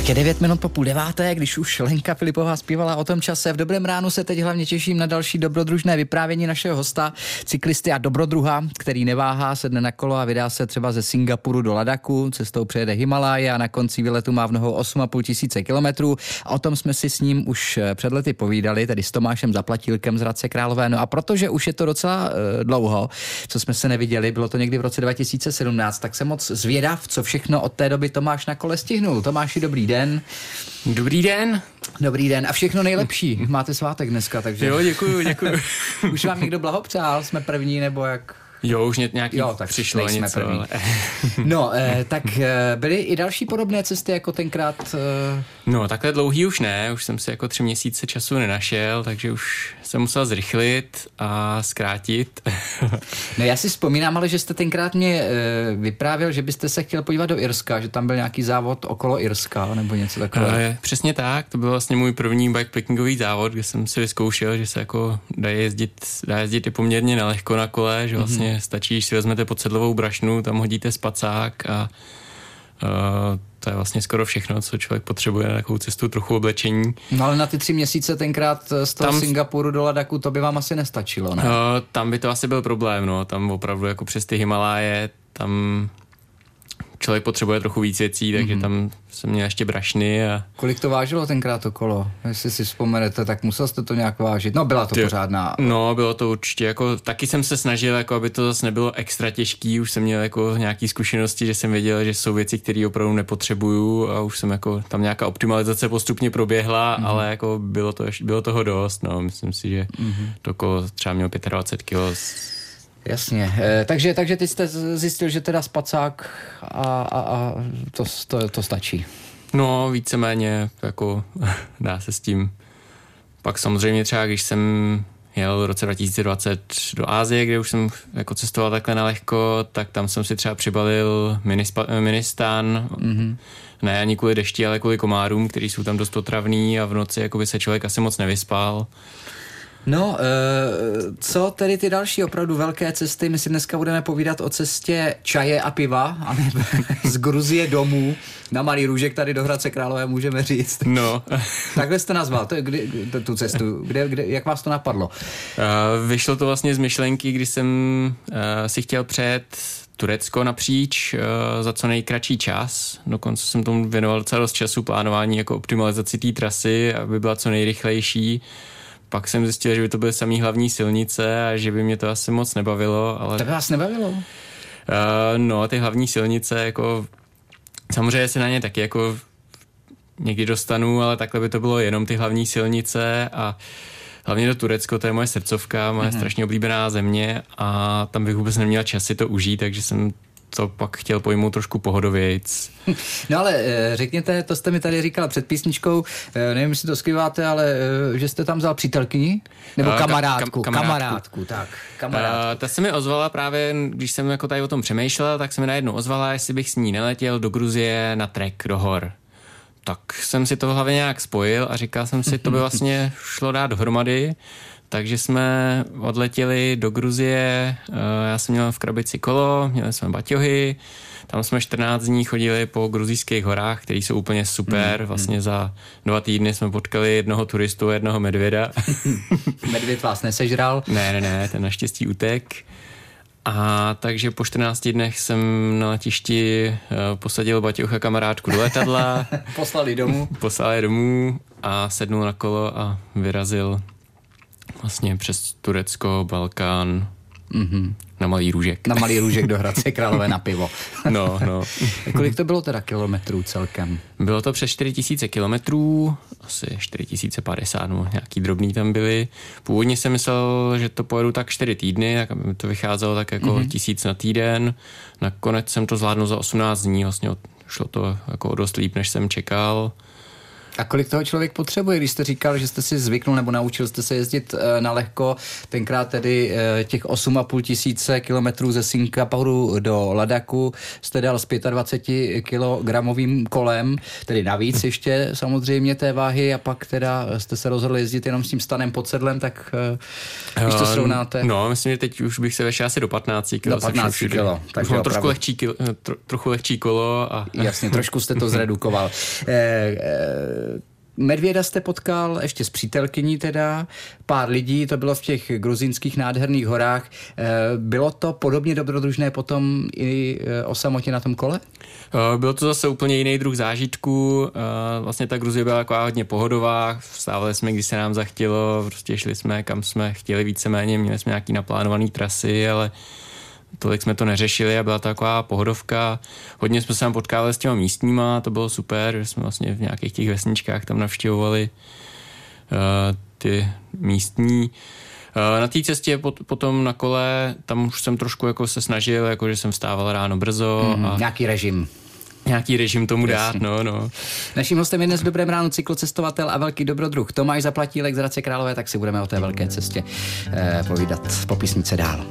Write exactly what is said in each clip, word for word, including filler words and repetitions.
Tak je devět minut po půl deváté, když už Lenka Filipová zpívala o tom čase. V Dobrém ránu se teď hlavně těším na další dobrodružné vyprávění našeho hosta, cyklisty a dobrodruha, který neváhá, sedne na kolo a vydá se třeba ze Singapuru do Ladaku, cestou přejede Himaláje a na konci výletu má v nohou osm a půl tisíce kilometrů. A o tom jsme si s ním už před lety povídali, tedy s Tomášem Zaplatílkem z Hradce Králové. No a protože už je to docela uh, dlouho, co jsme se neviděli, bylo to někdy v roce dva tisíce sedmnáct, tak jsem moc zvědav, co všechno od té doby Tomáš na kole stihnul. Tomáši, dobrý den. Dobrý den. Dobrý den a všechno nejlepší. Máte svátek dneska, takže... Jo, děkuju, děkuju. Už vám někdo blahopřál? Jsme první, nebo jak... Jo, už nějaký jo, tak přišlo nejsme něco. První. Ale... No, eh, tak eh, byly i další podobné cesty jako tenkrát? Eh... No, takhle dlouhý už ne, už jsem si jako tři měsíce času nenašel, takže už jsem musel zrychlit a zkrátit. No, já si vzpomínám, ale že jste tenkrát mě eh, vyprávěl, že byste se chtěl podívat do Irska, že tam byl nějaký závod okolo Irska, nebo něco takového. Eh, přesně tak, to byl vlastně můj první bikepackingový závod, kde jsem si vyzkoušel, že se jako dá jezdit, dá jezdit i poměrně nelehko na kole, že vlastně mm-hmm. stačí, když si vezmete podsedlovou brašnu, tam hodíte spacák a uh, to je vlastně skoro všechno, co člověk potřebuje na takovou cestu, trochu oblečení. No ale na ty tři měsíce tenkrát z toho tam, Singapuru do Ladaku, to by vám asi nestačilo, ne? Uh, tam by to asi byl problém, no, tam opravdu jako přes ty Himaláje, tam člověk potřebuje trochu víc věcí, takže mm-hmm. tam jsem měl ještě brašny a... Kolik to vážilo tenkrát to kolo? Jestli si vzpomenete, tak musel jste to nějak vážit. No, byla to Ty, pořádná... No, bylo to určitě, jako taky jsem se snažil, jako aby to zase nebylo extra těžký, už jsem měl jako nějaký zkušenosti, že jsem věděl, že jsou věci, které opravdu nepotřebuju a už jsem jako, tam nějaká optimalizace postupně proběhla, mm-hmm. ale jako bylo, to, bylo toho dost, no, myslím si, že mm-hmm. to kolo třeba mělo dvacet pět kilo. Jasně, e, takže, takže ty jste zjistil, že teda spacák a, a, a to, to, to stačí. No, víceméně, jako dá se s tím. Pak samozřejmě třeba, když jsem jel v roce dva tisíce dvacet do Asie, kde už jsem jako cestoval takhle na lehko, tak tam jsem si třeba přibalil minispa, ministán, mm-hmm. ne ani kvůli dešti, ale kvůli komárům, který jsou tam dost otravný a v noci jako by se člověk asi moc nevyspal. No, e, co tedy ty další opravdu velké cesty? My si dneska budeme povídat o cestě čaje a piva, a ne z Gruzie domů na Malý Růžek tady do Hradce Králové, můžeme říct. No. Takhle jste nazval to, kdy, tu cestu, kde, kde, jak vás to napadlo? Uh, vyšlo to vlastně z myšlenky, kdy jsem uh, si chtěl přejet Turecko napříč uh, za co nejkratší čas. Dokonce jsem tomu věnoval docela dost času plánování jako optimalizaci té trasy, aby byla co nejrychlejší. Pak jsem zjistil, že by to byly samý hlavní silnice a že by mě to asi moc nebavilo. Ale... To by vás nebavilo? Uh, no, ty hlavní silnice, jako samozřejmě se na ně taky jako někdy dostanu, ale takhle by to bylo jenom ty hlavní silnice a hlavně do Turecko, to je moje srdcovka, moje mm-hmm. strašně oblíbená země a tam bych vůbec neměl čas si to užít, takže jsem to pak chtěl pojmout trošku pohodovějc. No ale řekněte, to jste mi tady říkala před písničkou, nevím, jestli to skrýváte, ale že jste tam vzal přítelkyni? Nebo kamarádku? Ka- kam, kamarádku. kamarádku, tak. Kamarádku. Uh, ta se mi ozvala právě, když jsem jako tady o tom přemýšlel, tak se mi najednou ozvala, jestli bych s ní neletěl do Gruzie na trek, do hor. Tak jsem si to v hlavě nějak spojil a říkal jsem si, to by vlastně šlo dát dohromady. Takže jsme odletěli do Gruzie, já jsem měl v krabici kolo, měli jsme baťohy, tam jsme čtrnáct dní chodili po gruzijských horách, které jsou úplně super, vlastně za dva týdny jsme potkali jednoho turistu a jednoho medvěda. Medvěd vás nesežral? Ne, ne, ne, ten naštěstí utek. A takže po čtrnácti dnech jsem na letišti posadil baťoch a kamarádku do letadla. Poslali domů? Poslali domů a sednul na kolo a vyrazil vlastně přes Turecko, Balkán, mm-hmm. na Malý Růžek. Na Malý Růžek do Hradce Králové na pivo. No, no. Kolik to bylo teda kilometrů celkem? Bylo to přes čtyři tisíce kilometrů, asi čtyři tisíce padesát, no, nějaký drobný tam byly. Původně jsem myslel, že to pojedu tak čtyři týdny, tak aby to vycházelo tak jako mm-hmm. tisíc na týden. Nakonec jsem to zvládnul za osmnáct dní, vlastně šlo to jako o dost líp, než jsem čekal. A kolik toho člověk potřebuje, když jste říkal, že jste si zvyknul nebo naučil jste se jezdit na lehko, tenkrát tedy těch osm a půl tisíce kilometrů ze Singapuru do Ladaku jste dal s dvacet pět kilogramovým kolem, tedy navíc ještě samozřejmě té váhy a pak teda jste se rozhodli jezdit jenom s tím stanem pod sedlem, tak když to srovnáte. No, myslím, že teď už bych se vešel asi do patnáct kilo. Do patnáct kilo. Tak mám trošku lehčí, kilo, tro, trochu lehčí kolo. A... Jasně, trošku jste to zredukoval. E, e, Medvěda jste potkal ještě s přítelkyní teda, pár lidí, to bylo v těch gruzínských nádherných horách. Bylo to podobně dobrodružné potom i o samotě na tom kole? Bylo to zase úplně jiný druh zážitků. Vlastně ta Gruzie byla taková hodně pohodová, vstávali jsme, když se nám zachtělo, prostě šli jsme, kam jsme chtěli víceméně, měli jsme nějaký naplánovaný trasy, ale tolik jsme to neřešili a byla to taková pohodovka. Hodně jsme se tam potkávali s těma místníma, to bylo super, že jsme vlastně v nějakých těch vesničkách tam navštěvovali uh, ty místní. Uh, na té cestě pot, potom na kole, tam už jsem trošku jako se snažil, jako že jsem vstával ráno brzo. Mm, a nějaký režim. Nějaký režim tomu dát, no, no. Naším hostem je dnes v Dobrém ránu cyklocestovatel a velký dobrodruh Tomáš Zaplatílek z Hradce Králové, tak si budeme o té velké cestě eh, povídat po písnice dál.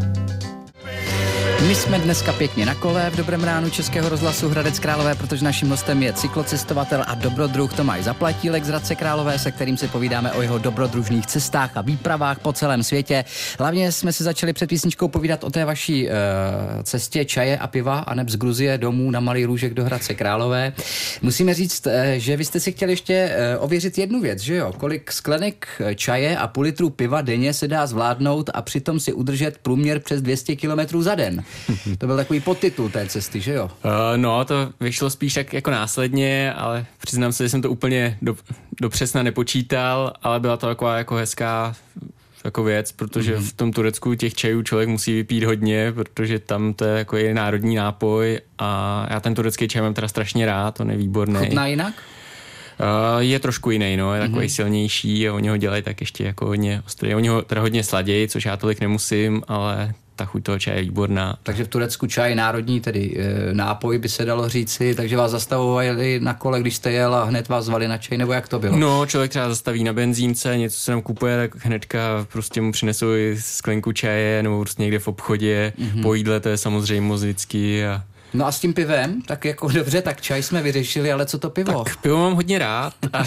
My jsme dneska pěkně na kole v Dobrém ránu Českého rozhlasu Hradec Králové, protože naším hostem je cyklocestovatel a dobrodruh Tomáš Zaplatílek z Hradce Králové, se kterým si povídáme o jeho dobrodružných cestách a výpravách po celém světě. Hlavně jsme si začali před písničkou povídat o té vaší uh, cestě čaje a piva a neb z Gruzie domů na Malý Růžek do Hradce Králové. Musíme říct, uh, že vy jste si chtěli ještě uh, ověřit jednu věc, že jo? Kolik sklenek čaje a půl litru piva denně se dá zvládnout a přitom si udržet průměr přes dvě stě kilometrů za den. To byl takový podtitul té cesty, že jo? Uh, no, to vyšlo spíš tak jako následně, ale přiznám se, že jsem to úplně do, do přesna nepočítal, ale byla to taková jako hezká jako věc, protože mm-hmm. v tom Turecku těch čajů člověk musí vypít hodně, protože tam to je jako je národní nápoj a já ten turecký čaj mám teda strašně rád, on je výborný. Chutná jinak? Uh, je trošku jiný, no, je takový mm-hmm. silnější a oni ho dělají tak ještě jako hodně ostrý. Oni ho teda hodně sladějí, což já tolik nemusím, ale ta chuť toho čaje je výborná. Takže v Turecku čaj národní, tedy e, nápoj by se dalo říci, takže vás zastavovali na kole, když jste jel a hned vás zvali na čaj, nebo jak to bylo? No, člověk třeba zastaví na benzínce, něco se nám kupuje, tak hnedka prostě mu přinesou sklenku čaje, nebo prostě někde v obchodě, mm-hmm. po jídle, to je samozřejmě moc vždycky a no a s tím pivem, tak jako dobře, tak čaj jsme vyřešili, ale co to pivo? Tak pivo mám hodně rád. A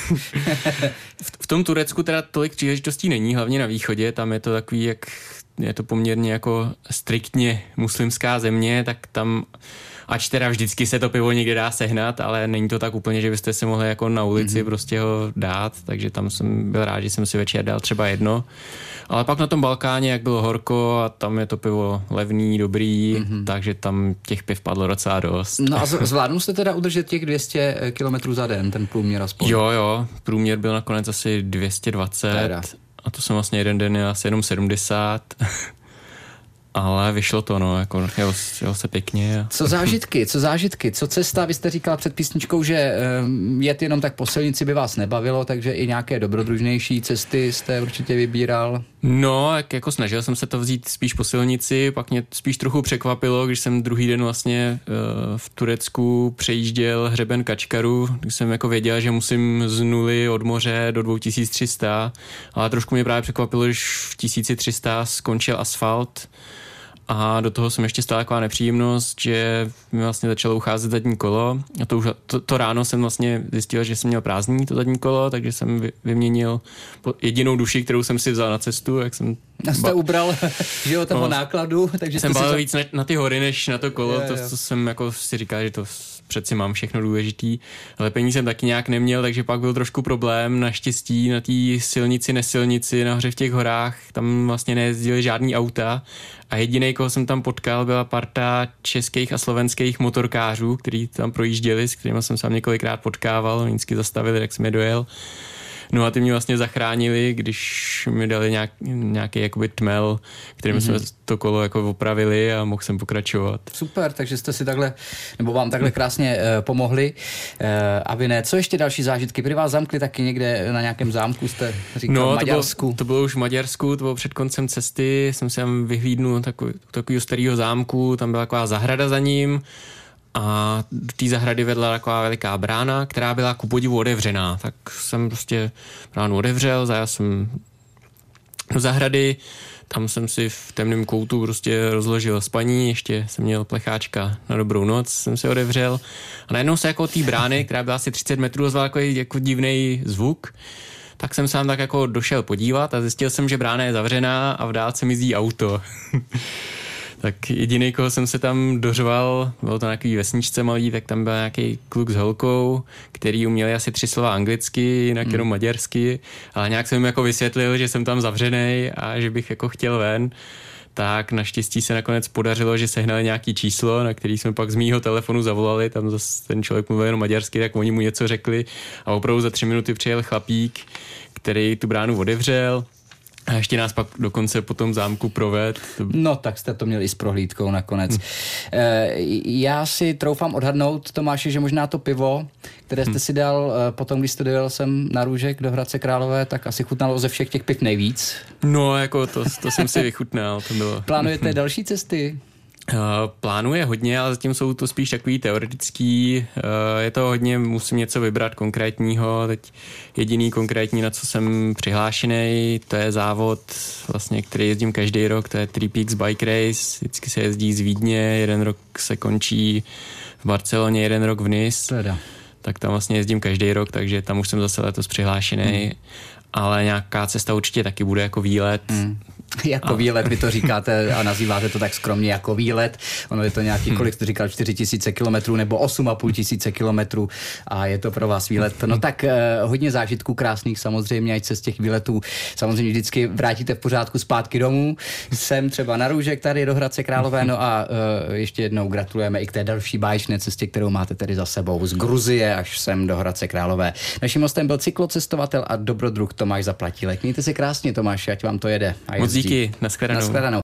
v tom Turecku teda tolik příležitostí není, hlavně na východě, tam je to takový, jak je to poměrně jako striktně muslimská země, tak tam, ač teda vždycky se to pivo někde dá sehnat, ale není to tak úplně, že byste se mohli jako na ulici mm-hmm. prostě ho dát, takže tam jsem byl rád, že jsem si večer dal třeba jedno. Ale pak na tom Balkáně, jak bylo horko a tam je to pivo levný, dobrý, mm-hmm. takže tam těch piv padlo docela dost. No a zvládnu jste teda udržet těch dvě stě kilometrů za den, ten průměr aspoň? Jo, jo, průměr byl nakonec asi dvě stě dvacet teda. A to jsem vlastně jeden den je asi jenom sedmdesát. Ale vyšlo to, no, jako jel, jel se pěkně. Co zážitky, co zážitky, co cesta? Vy jste říkala před písničkou, že um, jet jenom tak po silnici by vás nebavilo, takže i nějaké dobrodružnější cesty jste určitě vybíral. No, jak, jako snažil jsem se to vzít spíš po silnici, pak mě spíš trochu překvapilo, když jsem druhý den vlastně uh, v Turecku přejížděl hřeben Kačkaru, když jsem jako věděl, že musím z nuly od moře do dva tisíce tři sta, ale trošku mě právě překvapilo, když v tisíc tři sta skončil asfalt. A do toho jsem ještě stala taková nepříjemnost, že mi vlastně začalo ucházet zadní kolo. A to, už, to, to ráno jsem vlastně zjistil, že jsem měl prázdný to zadní kolo, takže jsem vy, vyměnil jedinou duši, kterou jsem si vzal na cestu. Jak jsem a jste ba- ubral že jo, toho no, nákladu. Takže jsem balil si... víc na, na ty hory, než na to kolo. Jo, to, jo. to jsem jako si říkal, že to přeci mám všechno důležitý. Ale peníze jsem taky nějak neměl, takže pak byl trošku problém. Naštěstí na té silnici, nesilnici, nahoře v těch horách, tam vlastně nejezdili žádný auta. A jedinej, koho jsem tam potkal, byla parta českých a slovenských motorkářů, kteří tam projížděli, s kterými jsem se několikrát potkával, vždycky zastavili, jak jsem je dojel. No a ty mě vlastně zachránili, když mi dali nějak, nějaký jakoby tmel, kterým mm-hmm. jsme to kolo jako opravili a mohl jsem pokračovat. Super, takže jste si takhle, nebo vám takhle krásně uh, pomohli. Uh, a vy ne, co ještě další zážitky? Prý vás zamkli taky někde na nějakém zámku, jste říkal, no, v Maďarsku. To bylo, to bylo už v Maďarsku, to bylo před koncem cesty, jsem si tam vyhlídnul takový, takovýho starého zámku, tam byla taková zahrada za ním. a do té zahrady vedla taková veliká brána, která byla ku podivu otevřená. Tak jsem prostě bránu otevřel, zajel jsem do zahrady, tam jsem si v temném koutu prostě rozložil spaní, ještě jsem měl plecháčka na dobrou noc, jsem si otevřel a najednou se jako od té brány, která byla asi třicet metrů, ozval jako, jako divný zvuk, tak jsem se tam tak jako došel podívat a zjistil jsem, že brána je zavřená a v dálce mizí auto. Tak jediný, koho jsem se tam dořval, bylo to na nějaký vesničce malý, tak tam byl nějaký kluk s holkou, který uměli asi tři slova anglicky, jinak jenom maďarsky, ale nějak jsem jim jako vysvětlil, že jsem tam zavřenej a že bych jako chtěl ven. Tak naštěstí se nakonec podařilo, že sehnali nějaký číslo, na který jsme pak z mýho telefonu zavolali, tam zase ten člověk mluvil jenom maďarsky, tak oni mu něco řekli a opravdu za tři minuty přijel chlapík, který tu bránu otevřel. A ještě nás pak dokonce po tom zámku proved. No tak jste to měli i s prohlídkou nakonec. Hmm. E, já si troufám odhadnout, Tomáši, že možná to pivo, které jste hmm. si dal e, potom, když jste dojel sem na Růžek do Hradce Králové, tak asi chutnalo ze všech těch piv nejvíc. No, jako to, to jsem si vychutnal. To bylo. Plánujete další cesty? Uh, plánuje hodně, ale zatím jsou to spíš takový teoretický. Uh, je to hodně, musím něco vybrat konkrétního. Teď jediný konkrétní, na co jsem přihlášený, to je závod, vlastně, který jezdím každý rok, to je Three Peaks Bike Race. Vždycky se jezdí z Vídně, jeden rok se končí v Barceloně, jeden rok v Nice. Teda. Tak tam vlastně jezdím každý rok, takže tam už jsem zase letos přihlášený. Hmm. Ale nějaká cesta určitě taky bude jako výlet. Hmm. Jako a. výlet, vy to říkáte a nazýváte to tak skromně jako výlet. Ono je to nějaký, kolik jste říkal, čtyři tisíce kilometrů nebo osm a půl tisíce kilometrů a je to pro vás výlet. No tak eh, hodně zážitků krásných samozřejmě, ať se z těch výletů samozřejmě vždycky vrátíte v pořádku zpátky domů. Jsem třeba na Růžek tady do Hradce Králové, no a eh, ještě jednou gratulujeme i k té další báječné cestě, kterou máte tedy za sebou z Gruzie až sem do Hradce Králové. Naším hostem byl cyklocestovatel a dobrodruh Tomáš Zaplatílek. Mějte se krásně, Tomáši, ať vám to jede. A moc díky, nashledanou. Nashledanou.